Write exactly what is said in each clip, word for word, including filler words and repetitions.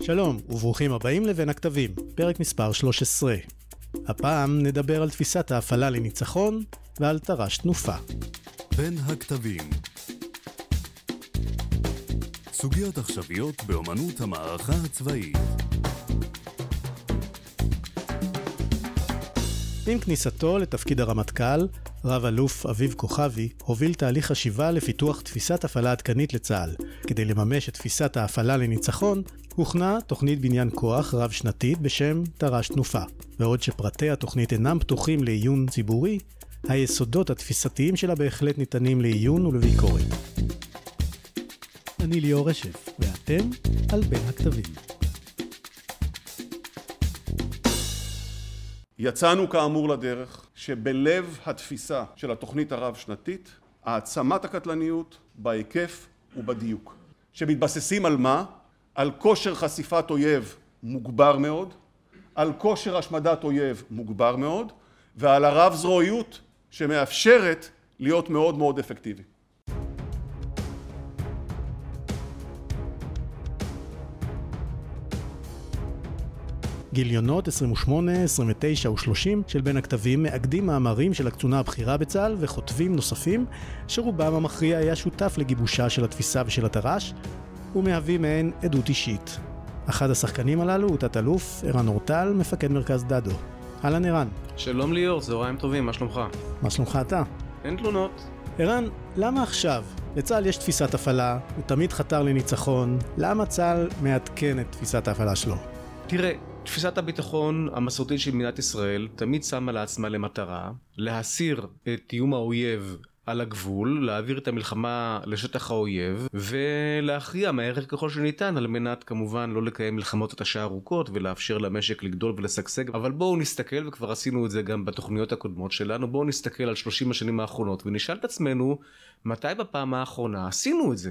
שלום וברוכים הבאים לבין הכתבים, פרק מספר שלוש עשרה. הפעם נדבר על תפיסת ההפעלה לניצחון ועל תר"ש תנופה. בין הכתבים, סוגיות עכשוויות באמנות המערכה הצבאית. עם כניסתו לתפקיד הרמטכ"ל, רב אלוף אביב כוכבי הוביל תהליך חשיבה לפיתוח תפיסת הפעלה עדכנית לצה"ל. כדי לממש את תפיסת ההפעלה לניצחון, הוכנה תוכנית בניין כוח רב שנתית בשם תר"ש תנופה. בעוד שפרטי התוכנית אינם פתוחים לעיון ציבורי, היסודות התפיסתיים שלה בהחלט ניתנים לעיון ולביקורת. אני ליאור רשף, ואתם על בין הכתבים. יצאנו כאמור לדרך שבלב התפיסה של התוכנית הרב-שנתית, העצמת הקטלניות בהיקף ובדיוק. שמתבססים על מה? על כושר חשיפת אויב מוגבר מאוד, על כושר השמדת אויב מוגבר מאוד, ועל הרב זרועיות שמאפשרת להיות מאוד מאוד אפקטיבי. גיליונות עשרים ושמונה, עשרים ותשע ו-שלושים של בין הכתבים מאגדים מאמרים של הקצונה הבכירה בצה"ל וכותבים נוספים שרובם המכריע היה שותף לגיבושה של התפיסה ושל התר"ש ומהווים מעין עדות אישית. אחד השחקנים הללו הוא תת אלוף ערן אורטל, מפקד מרכז דדו. אהלן ערן. שלום ליאור, צהריים טובים, מה שלומך? מה שלומך אתה? אין תלונות. ערן, למה עכשיו? לצה"ל יש תפיסת הפעלה, הוא תמיד חתר לניצחון. למה צה"ל מעדכן את תפיסת ההפעלה שלו? תראה, תפיסת הביטחון המסורתית של מדינת ישראל תמיד שמה לעצמה למטרה להסיר את איום האויב על הגבול, להעביר את המלחמה לשטח האויב ולהכריע מהר ככל שניתן על מנת כמובן לא לקיים מלחמות את השעה ארוכות ולאפשר למשק לגדול ולשגשג. אבל בואו נסתכל, וכבר עשינו את זה גם בתוכניות הקודמות שלנו, בואו נסתכל על שלושים השנים האחרונות ונשאל את עצמנו מתי בפעם האחרונה עשינו את זה.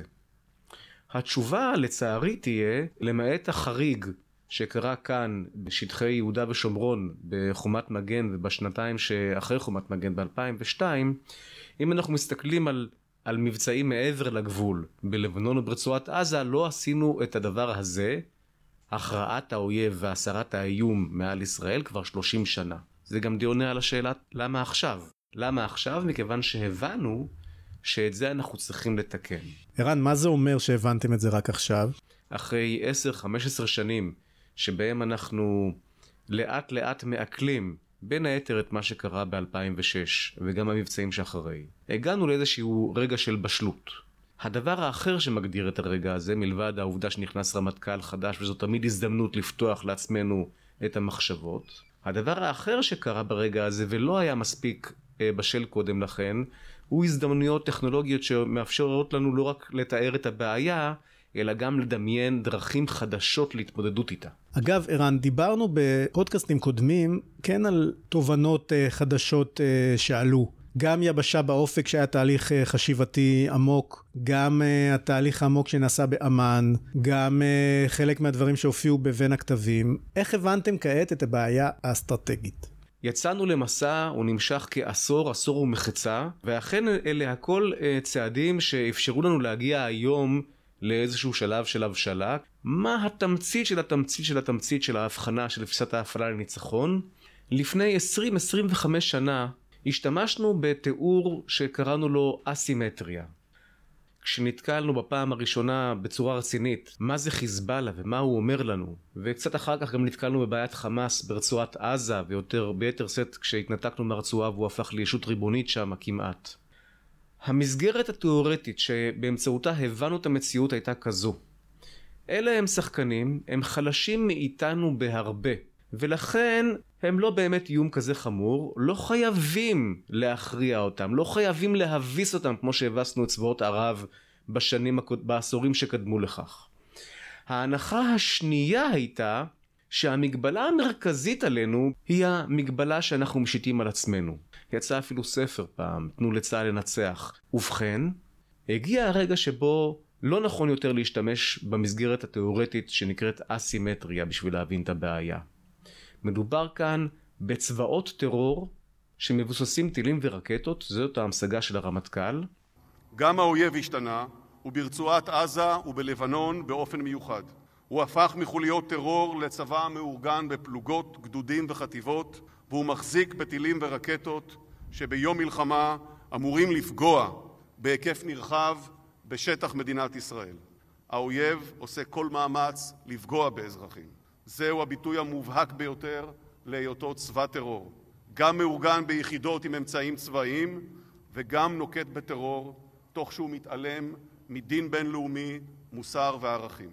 התשובה לצערי תהיה, למעט החריג שקרה כאן בשטחי יהודה ושומרון בחומת מגן ובשנתיים שאחרי חומת מגן ב-אלפיים ושתיים, אם אנחנו מסתכלים על, על מבצעים מעבר לגבול בלבנון וברצועת עזה, לא עשינו את הדבר הזה, הכרעת האויב והסרת האיום מעל ישראל, כבר שלושים שנה. זה גם די עונה על השאלה למה עכשיו? למה עכשיו? מכיוון שהבנו שאת זה אנחנו צריכים לתקן. ערן, מה זה אומר שהבנתם את זה רק עכשיו? אחרי עשר חמש עשרה שנים שבהם אנחנו לאט לאט מעכלים בין היתר את מה שקרה ב-אלפיים ושש וגם המבצעים שאחרי, הגענו לאיזשהו רגע של בשלות. הדבר האחר שמגדיר את הרגע הזה, מלבד העובדה שנכנס רמטכ"ל חדש וזאת תמיד הזדמנות לפתוח לעצמנו את המחשבות, הדבר האחר שקרה ברגע הזה ולא היה מספיק בשל קודם לכן, הוא הזדמנויות טכנולוגיות שמאפשרות לנו לא רק לתאר את הבעיה, אלא גם לדמיין דרכים חדשות להתמודדות איתה. אגב, ערן, דיברנו בפודקאסטים קודמים, כן על תובנות uh, חדשות uh, שעלו. גם יבשה באופק שהיה תהליך uh, חשיבתי עמוק, גם uh, התהליך העמוק שנעשה באמן, גם uh, חלק מהדברים שהופיעו בבין הכתבים. איך הבנתם כעת את הבעיה האסטרטגית? יצאנו למסע, הוא נמשך כעשור, עשור ומחצה, ואכן אלה הכל uh, צעדים שאפשרו לנו להגיע היום לאיזשהו שלב של הבשלה. מה התמצית של התמצית של התמצית של ההבחנה של תפיסת ההפעלה לניצחון? לפני עשרים עד עשרים וחמש שנה השתמשנו בתיאור שקראנו לו אסימטריה. כשנתקלנו בפעם הראשונה בצורה רצינית מה זה חיזבאללה ומה הוא אומר לנו, וקצת אחר כך גם נתקלנו בבעיית חמאס ברצועת עזה, ויותר ביתר שאת כשהתנתקנו מהרצועה והוא הפך לישות ריבונית שם כמעט. המסגרת התיאורטית שבאמצעותה הבנו את המציאות הייתה כזו. אלה הם שחקנים, הם חלשים מאיתנו בהרבה, ולכן הם לא באמת איום כזה חמור, לא חייבים להכריע אותם, לא חייבים להביס אותם כמו שהבסנו את צבאות ערב בשנים, בעשורים שקדמו לכך. ההנחה השנייה הייתה שהמגבלה המרכזית עלינו היא המגבלה שאנחנו משיתים על עצמנו. יצא אפילו ספר פעם, תנו לצה"ל לנצח. ובכן, הגיע הרגע שבו לא נכון יותר להשתמש במסגרת התיאורטית שנקראת אסימטריה בשביל להבין את הבעיה. מדובר כאן בצבאות טרור שמבוססים טילים ורקטות, זאת ההמשגה של הרמטכ"ל. גם האויב השתנה, וברצועת עזה ובלבנון באופן מיוחד. הוא הפך מחוליות טרור לצבא מאורגן בפלוגות, גדודים וחטיבות, והוא מחזיק בטילים ורקטות שביום מלחמה אמורים לפגוע בהיקף נרחב בשטח מדינת ישראל. האויב עושה כל מאמץ לפגוע באזרחים. זהו הביטוי המובהק ביותר להיותו צבא טרור. גם מאורגן ביחידות עם אמצעים צבאיים וגם נוקט בטרור, תוך שהוא מתעלם מדין בינלאומי, מוסר וערכים.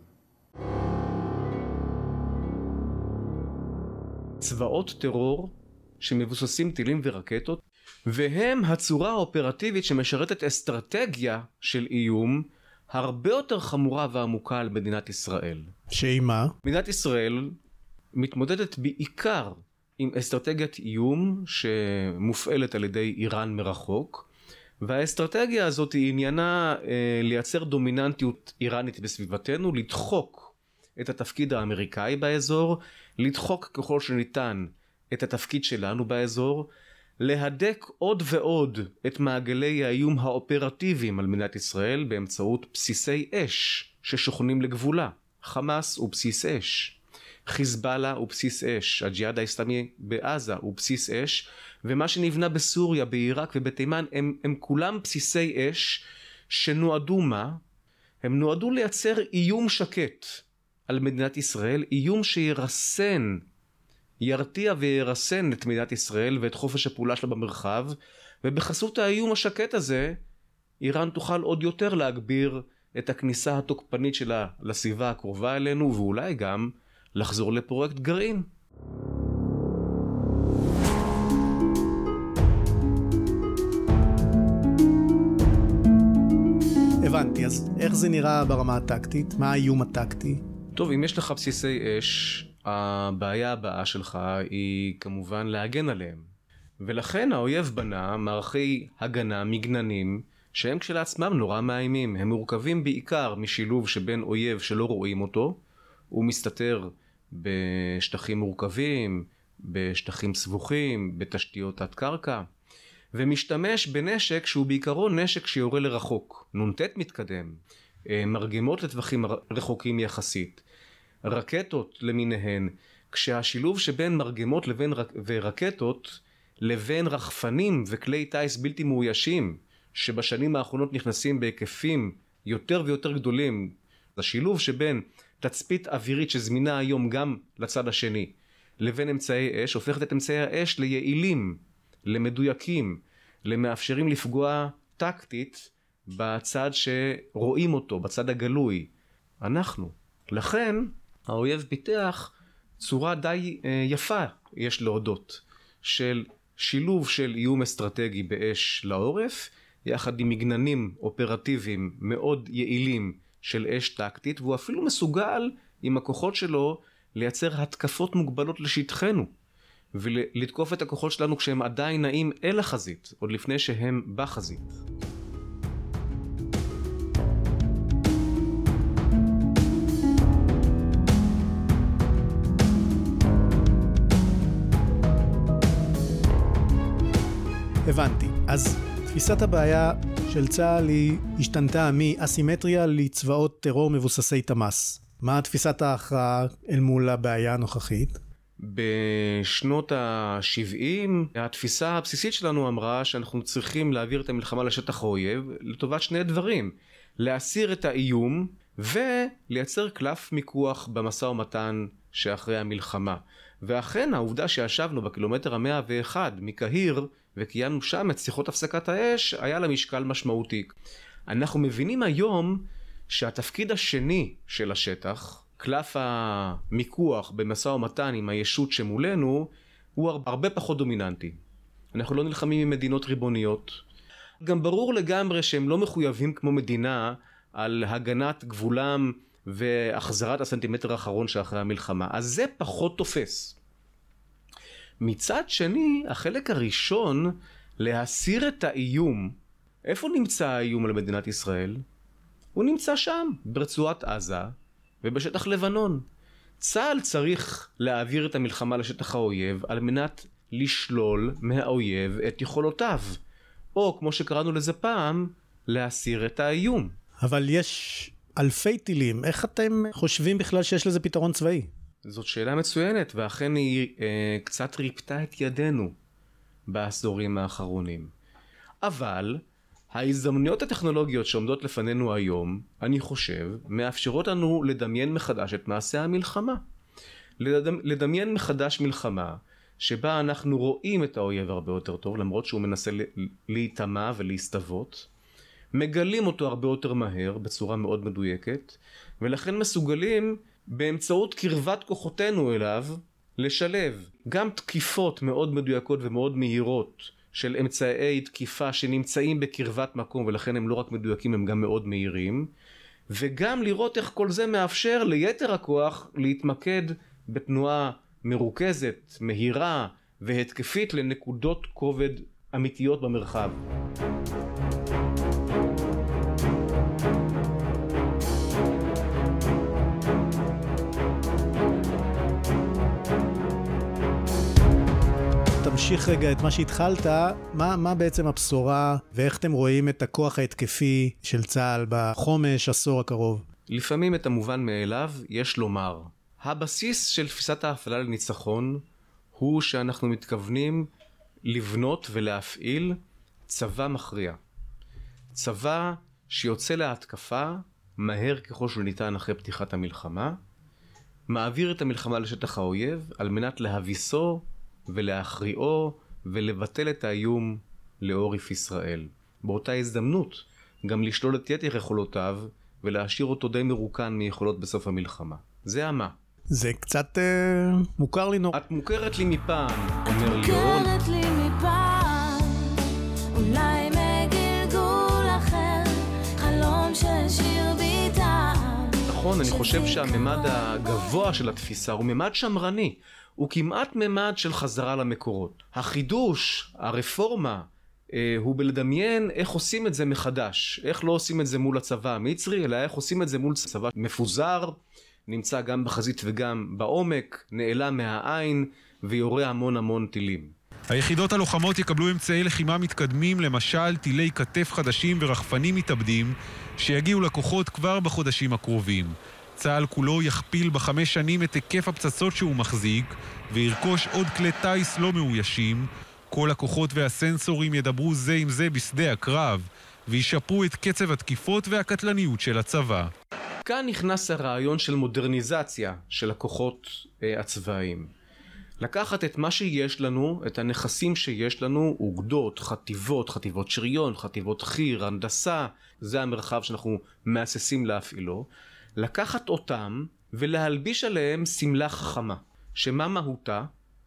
צבאות טרור שמבוססים טילים ורקטות, והם הצורה האופרטיבית שמשרתת אסטרטגיה של איום הרבה יותר חמורה ועמוקה על מדינת ישראל. שהיא מה? מדינת ישראל מתמודדת בעיקר עם אסטרטגיית איום שמופעלת על ידי איראן מרחוק, והאסטרטגיה הזאת היא עניינה אה, לייצר דומיננטיות איראנית בסביבתנו, לדחוק את התפקיד האמריקאי באזור, לדחוק ככל שניתן את התפקיד שלנו באזור, להדק עוד ועוד את מעגלי האיום האופרטיביים על מדינת ישראל באמצעות בסיסי אש ששוכנים לגבולה. חמאס הוא בסיס אש, חיזבאללה הוא בסיס אש, הג'יהאד האסלאמי בעזה הוא בסיס אש, ומה שנבנה בסוריה, בעיראק ובתימן הם, הם כולם בסיסי אש שנועדו מה? הם נועדו לייצר איום שקט על מדינת ישראל, איום שירסן, ירתיע וירסן את מדינת ישראל ואת חופש הפעולה שלה במרחב, ובחסות האיום השקט הזה איראן תוכל עוד יותר להגביר את הכניסה התוקפנית שלה לסביבה הקרובה אלינו, ואולי גם לחזור לפרויקט גרעין. הבנתי, אז איך זה נראה ברמה הטקטית? מה האיום הטקטי? טוב, אם יש לך בסיסי אש, הבעיה הבאה שלך היא כמובן להגן עליהם. ולכן האויב בנה מערכי הגנה, מגננים, שהם כשלעצמם נורא מאיימים. הם מורכבים בעיקר משילוב שבין אויב שלא רואים אותו, הוא מסתתר בשטחים מורכבים, בשטחים סבוכים, בתשתיות תת קרקע, ומשתמש בנשק שהוא בעיקרון נשק שיורה לרחוק. נונטט מתקדם, מרגמות לטווחים רחוקים יחסית, רקטות למיניהן, כשהשילוב שבין מרגמות לבין רק... ורקטות לבין רחפנים וכלי טייס בלתי מאוישים שבשנים האחרונות נכנסים בהיקפים יותר ויותר גדולים, השילוב שבין תצפית אווירית שזמינה היום גם לצד השני לבין אמצעי אש הופכת את אמצעי האש ליעילים, למדויקים, למאפשרים לפגוע טקטית בצד שרואים אותו, בצד הגלוי, אנחנו. לכן האויב פיתח צורה די אה, יפה, יש להודות, של שילוב של איום אסטרטגי באש לעורף, יחד עם מגננים אופרטיביים מאוד יעילים של אש טקטית, והוא אפילו מסוגל עם הכוחות שלו לייצר התקפות מוגבלות לשטחנו, ולתקוף את הכוחות שלנו כשהם עדיין נעים אל החזית, עוד לפני שהם בחזית. הבנתי. אז תפיסת הבעיה של צה"ל היא השתנתה מאסימטריה לצבאות טרור מבוססי תמ"ס. מה תפיסת ההכרעה אל מול הבעיה הנוכחית? בשנות ה-שבעים התפיסה הבסיסית שלנו אמרה שאנחנו צריכים להעביר את המלחמה לשטח האויב לטובת שני דברים: להסיר את האיום ולייצר קלף מיקוח במשא ומתן שאחרי המלחמה. ואכן העובדה שישבנו בקילומטר המאה ואחד מקהיר וקיימנו שם את שיחות הפסקת האש היה לה משקל משמעותי. אנחנו מבינים היום שהתפקיד השני של השטח, קלף המיקוח במשא ומתן עם הישות שמולנו, הוא הרבה פחות דומיננטי. אנחנו לא נלחמים עם מדינות ריבוניות. גם ברור לגמרי שהם לא מחויבים כמו מדינה על הגנת גבולם והחזרת הסנטימטר האחרון שאחרי המלחמה. אז זה פחות תופס. מצד שני, החלק הראשון, להסיר את האיום. איפה נמצא האיום על מדינת ישראל? הוא נמצא שם, ברצועת עזה ובשטח לבנון. צה"ל צריך להעביר את המלחמה לשטח האויב על מנת לשלול מהאויב את יכולותיו. או, כמו שקראנו לזה פעם, להסיר את האיום. אבל יש אלפי טילים, איך אתם חושבים בכלל שיש לזה פתרון צבאי? זאת שאלה מצוינת, ואכן היא אה, קצת ריפתה את ידינו בעשורים האחרונים. אבל ההזדמנויות הטכנולוגיות שעומדות לפנינו היום, אני חושב, מאפשרות לנו לדמיין מחדש את מעשה המלחמה. לדמיין מחדש מלחמה שבה אנחנו רואים את האויב הרבה יותר טוב, למרות שהוא מנסה להיטמע ולהסתוות, מגלים אותו הרבה יותר מהר בצורה מאוד מדויקת, ולכן מסוגלים באמצעות קרבת כוחותינו אליו לשלב גם תקיפות מאוד מדויקות ומאוד מהירות של אמצעי תקיפה שנמצאים בקרבת מקום, ולכן הם לא רק מדויקים, הם גם מאוד מהירים, וגם לראות איך כל זה מאפשר ליתר הכוח להתמקד בתנועה מרוכזת, מהירה והתקפית לנקודות כובד אמיתיות במרחב. תמשיך רגע את מה שהתחלת, מה, מה בעצם הבשורה ואיך אתם רואים את הכוח ההתקפי של צה"ל בחומש עשור הקרוב? לפעמים את המובן מאליו יש לומר. הבסיס של תפיסת ההפעלה לניצחון הוא שאנחנו מתכוונים לבנות ולהפעיל צבא מכריע. צבא שיוצא להתקפה מהר ככל שניתן אחרי פתיחת המלחמה, מעביר את המלחמה לשטח האויב על מנת להביסו ולהכריעו ולבטל את האיום לעורף ישראל. באותה הזדמנות גם לשלול את יתר יכולותיו ולהשאיר אותו די מרוקן מיכולות בסוף המלחמה. זה המה. זה קצת אה, מוכר לי נורא. את מוכרת לי מפעם, אומר ליאור. את מוכרת לי מפעם, אולי מגלגול אחר, חלום של שיר ביטם. נכון, אני חושב שהממד הגבוה של התפיסה הוא ממד שמרני. הוא כמעט ממד של חזרה למקורות. החידוש, הרפורמה, אה, הוא בלדמיין איך עושים את זה מחדש. איך לא עושים את זה מול הצבא המצרי, אלא איך עושים את זה מול צבא מפוזר, נמצא גם בחזית וגם בעומק, נעלם מהעין ויורה המון המון טילים. היחידות הלוחמות יקבלו אמצעי לחימה מתקדמים, למשל טילי כתף חדשים ורחפנים מתאבדים, שיגיעו לכוחות כבר בחודשים הקרובים. צה"ל כולו יכפיל בחמש שנים את היקף הפצצות שהוא מחזיק, וירכוש עוד כלי טייס לא מאוישים. כל הכוחות והסנסורים ידברו זה עם זה בשדה הקרב, וישפרו את קצב התקיפות והקטלניות של הצבא. כאן נכנס הרעיון של מודרניזציה של הכוחות אה, הצבאיים. לקחת את מה שיש לנו, את הנכסים שיש לנו, אוגדות, חטיבות, חטיבות שריון, חטיבות חי"ר, הנדסה, זה המרחב שאנחנו מאססים להפעילו, לקחת אותם ולהלביש עליהם סמלה חכמה, שמה מהותה?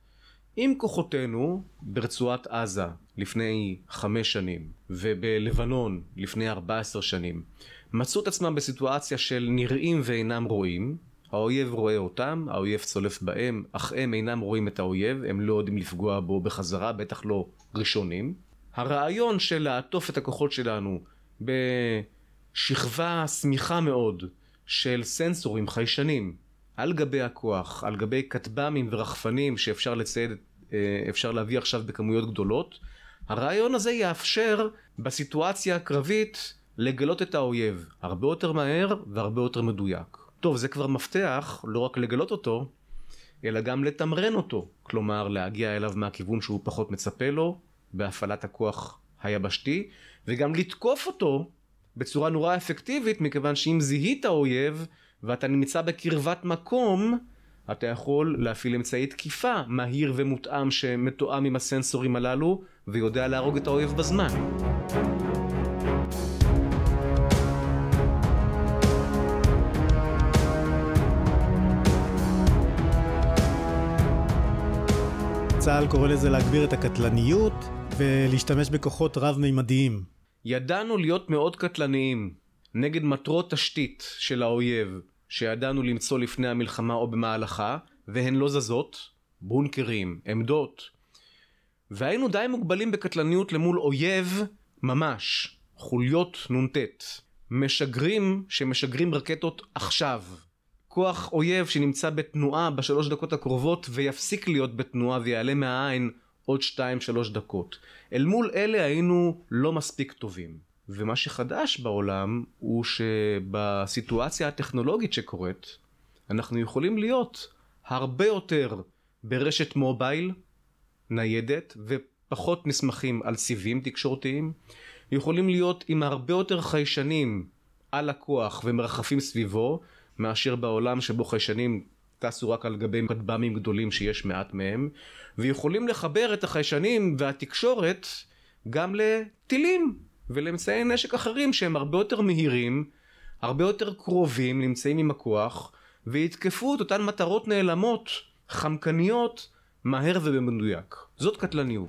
אם כוחותינו ברצועת עזה לפני חמש שנים ובלבנון לפני ארבע עשרה שנים מצאו את עצמם בסיטואציה של נראים ואינם רואים, האויב רואה אותם, האויב צולף בהם, אך הם אינם רואים את האויב, הם לא יודעים לפגוע בו בחזרה, בטח לא ראשונים. הרעיון של לעטוף את הכוחות שלנו בשכבה סמיכה מאוד של סנסורים חיישנים על גבי הכוח, על גבי כטב"מים ורחפנים שאפשר לצייד, אפשר להביא עכשיו בכמויות גדולות, הרעיון הזה יאפשר בסיטואציה הקרבית לגלות את האויב הרבה יותר מהר והרבה יותר מדויק. טוב, זה כבר מפתח לא רק לגלות אותו, אלא גם לתמרן אותו, כלומר להגיע אליו מהכיוון שהוא פחות מצפה לו בהפעלת הכוח היבשתי, וגם לתקוף אותו בצורה נורא אפקטיבית, מכיוון שאם זיהית האויב ואתה נמצא בקרבת מקום, אתה יכול להפעיל אמצעי תקיפה מהיר ומותאם שמתואם עם הסנסורים הללו ויודע להרוג את האויב בזמן. צה"ל קורא לזה להגביר את הקטלניות ולהשתמש בכוחות רב-מימדיים. ידענו להיות מאוד קטלניים נגד מטרות תשתית של האויב שידענו למצוא לפני המלחמה או במהלכה, והן לא זזות, בונקרים, עמדות. והיינו די מוגבלים בקטלניות למול אויב ממש, חוליות נונטט, משגרים שמשגרים רקטות עכשיו. כוח אויב שנמצא בתנועה בשלוש דקות הקרובות ויפסיק להיות בתנועה ויעלה מהעין עוד שתיים שלוש דקות. אל מול אלה היינו לא מספיק טובים. ומה שחדש בעולם הוא שבסיטואציה הטכנולוגית שקורית, אנחנו יכולים להיות הרבה יותר ברשת מובייל, ניידת, ופחות נסמכים על סיבים תקשורתיים, יכולים להיות עם הרבה יותר חיישנים על הכוח ומרחפים סביבו, מאשר בעולם שבו חיישנים טסו רק על גבי כטב"מים גדולים שיש מעט מהם, ויכולים לחבר את החיישנים והתקשורת גם לטילים ולאמצעי נשק אחרים שהם הרבה יותר מהירים, הרבה יותר קרובים, נמצאים עם הכוח, ויתקפו את אותן מטרות נעלמות, חמקניות, מהר ובמדויק. זאת קטלניות.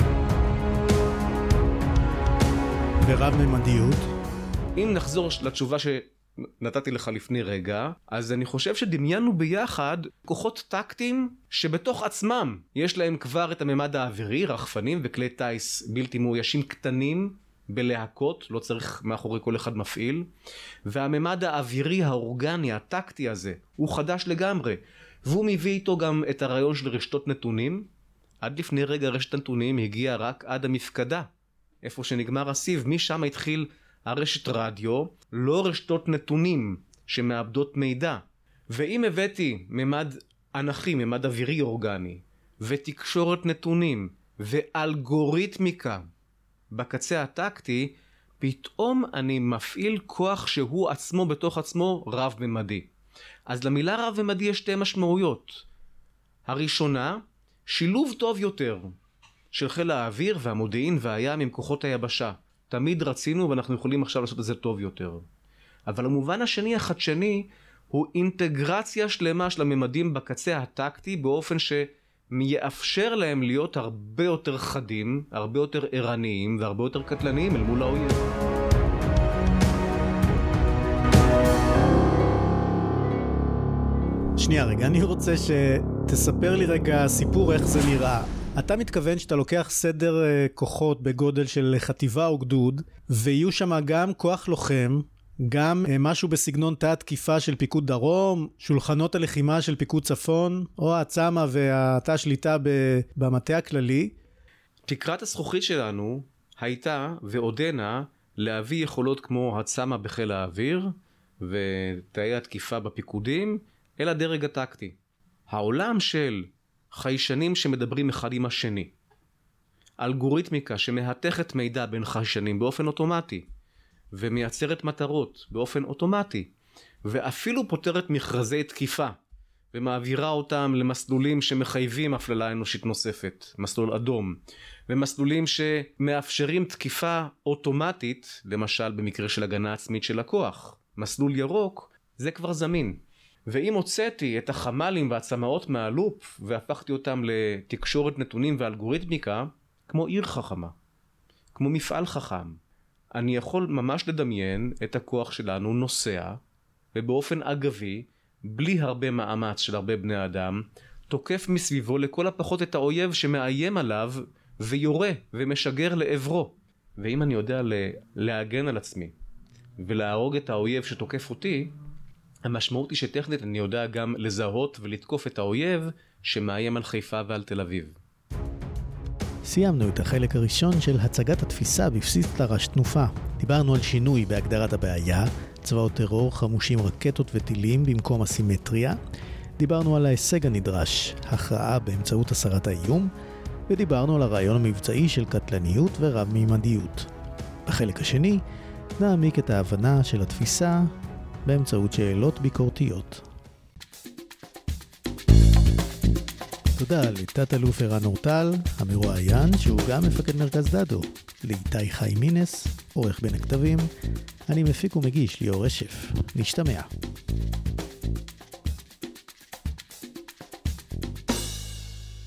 ורב-ממדיות? אם נחזור לתשובה שנתתי לך לפני רגע, אז אני חושב שדמיינו ביחד כוחות טקטיים שבתוך עצמם יש להם כבר את הממד האווירי, רחפנים וכלי טייס בלתי מאוישים קטנים בלהקות, לא צריך מאחורי כל אחד מפעיל, והממד האווירי האורגני, הטקטי הזה, הוא חדש לגמרי, והוא מביא איתו גם את הרעיון של רשתות נתונים. עד לפני רגע רשת נתונים הגיעה רק עד המפקדה, איפה שנגמר הסיב, משם התחיל הרשת רדיו, לא רשתות נתונים שמאבדות מידע. ואם הבאתי ממד אנכי, ממד אווירי אורגני, ותקשורת נתונים, ואלגוריתמיקה בקצה הטקטי, פתאום אני מפעיל כוח שהוא עצמו בתוך עצמו רב-ממדי. אז למילה רב-ממדי יש שתי משמעויות. הראשונה, שילוב טוב יותר של חיל האוויר והמודיעין והים עם כוחות היבשה. תמיד רצינו ואנחנו יכולים עכשיו לעשות את זה טוב יותר. אבל המובן השני החדשני הוא אינטגרציה שלמה של הממדים בקצה הטקטי באופן שיאפשר להם להיות הרבה יותר חדים, הרבה יותר ערניים והרבה יותר קטלניים אל מול האויב. שנייה רגע, אני רוצה שתספר לי רגע סיפור איך זה נראה. אתה מתכוון שאתה לוקח סדר כוחות בגודל של חטיבה או גדוד, ויהיו שם גם כוח לוחם, גם משהו בסגנון תא תקיפה של פיקוד דרום, שולחנות הלחימה של פיקוד צפון, או הצמה והתא שליטה במטה הכללי. תקרת הזכוכית שלנו הייתה ועודנה להביא יכולות כמו הצמה בחיל האוויר, ותאי התקיפה בפיקודים, אל הדרג הטקטי. העולם של חיישנים שמדברים אחד עם השני, אלגוריתמיקה שמהתכת מידע בין חיישנים באופן אוטומטי, ומייצרת מטרות באופן אוטומטי, ואפילו פותרת מכרזי תקיפה, ומעבירה אותם למסלולים שמחייבים הפללה אנושית נוספת, מסלול אדום, ומסלולים שמאפשרים תקיפה אוטומטית, למשל במקרה של הגנה עצמית של לקוח. מסלול ירוק, זה כבר זמין. ואם הוצאתי את החמלים והצמאות מהלופ והפכתי אותם לתקשורת נתונים ואלגוריתמיקה, כמו עיר חכמה, כמו מפעל חכם, אני יכול ממש לדמיין את הכוח שלנו נוסע, ובאופן אגבי, בלי הרבה מאמץ של הרבה בני אדם, תוקף מסביבו לכל הפחות את האויב שמאיים עליו ויורה ומשגר לעברו. ואם אני יודע להגן על עצמי ולהרוג את האויב שתוקף אותי, המשמעות היא שטכנית אני יודע גם לזהות ולתקוף את האויב שמאיים על חיפה ועל תל אביב. סיימנו את החלק הראשון של הצגת התפיסה בבסיס תר"ש תנופה. דיברנו על שינוי בהגדרת הבעיה, צבאות טרור, חמושים רקטות וטילים במקום הסימטריה. דיברנו על ההישג הנדרש, הכרעה באמצעות הסרת האיום, ודיברנו על הרעיון המבצעי של קטלניות ורב-מימדיות. בחלק השני נעמיק את ההבנה של התפיסה באמצעות שאלות ביקורתיות. תודה לתת אלוף ערן אורטל, המרואיין שהוא גם מפקד מרכז דדו, לאיתי חי מינס, עורך בין הכתבים, אני מפיק ומגיש ליאור רשף. נשתמע.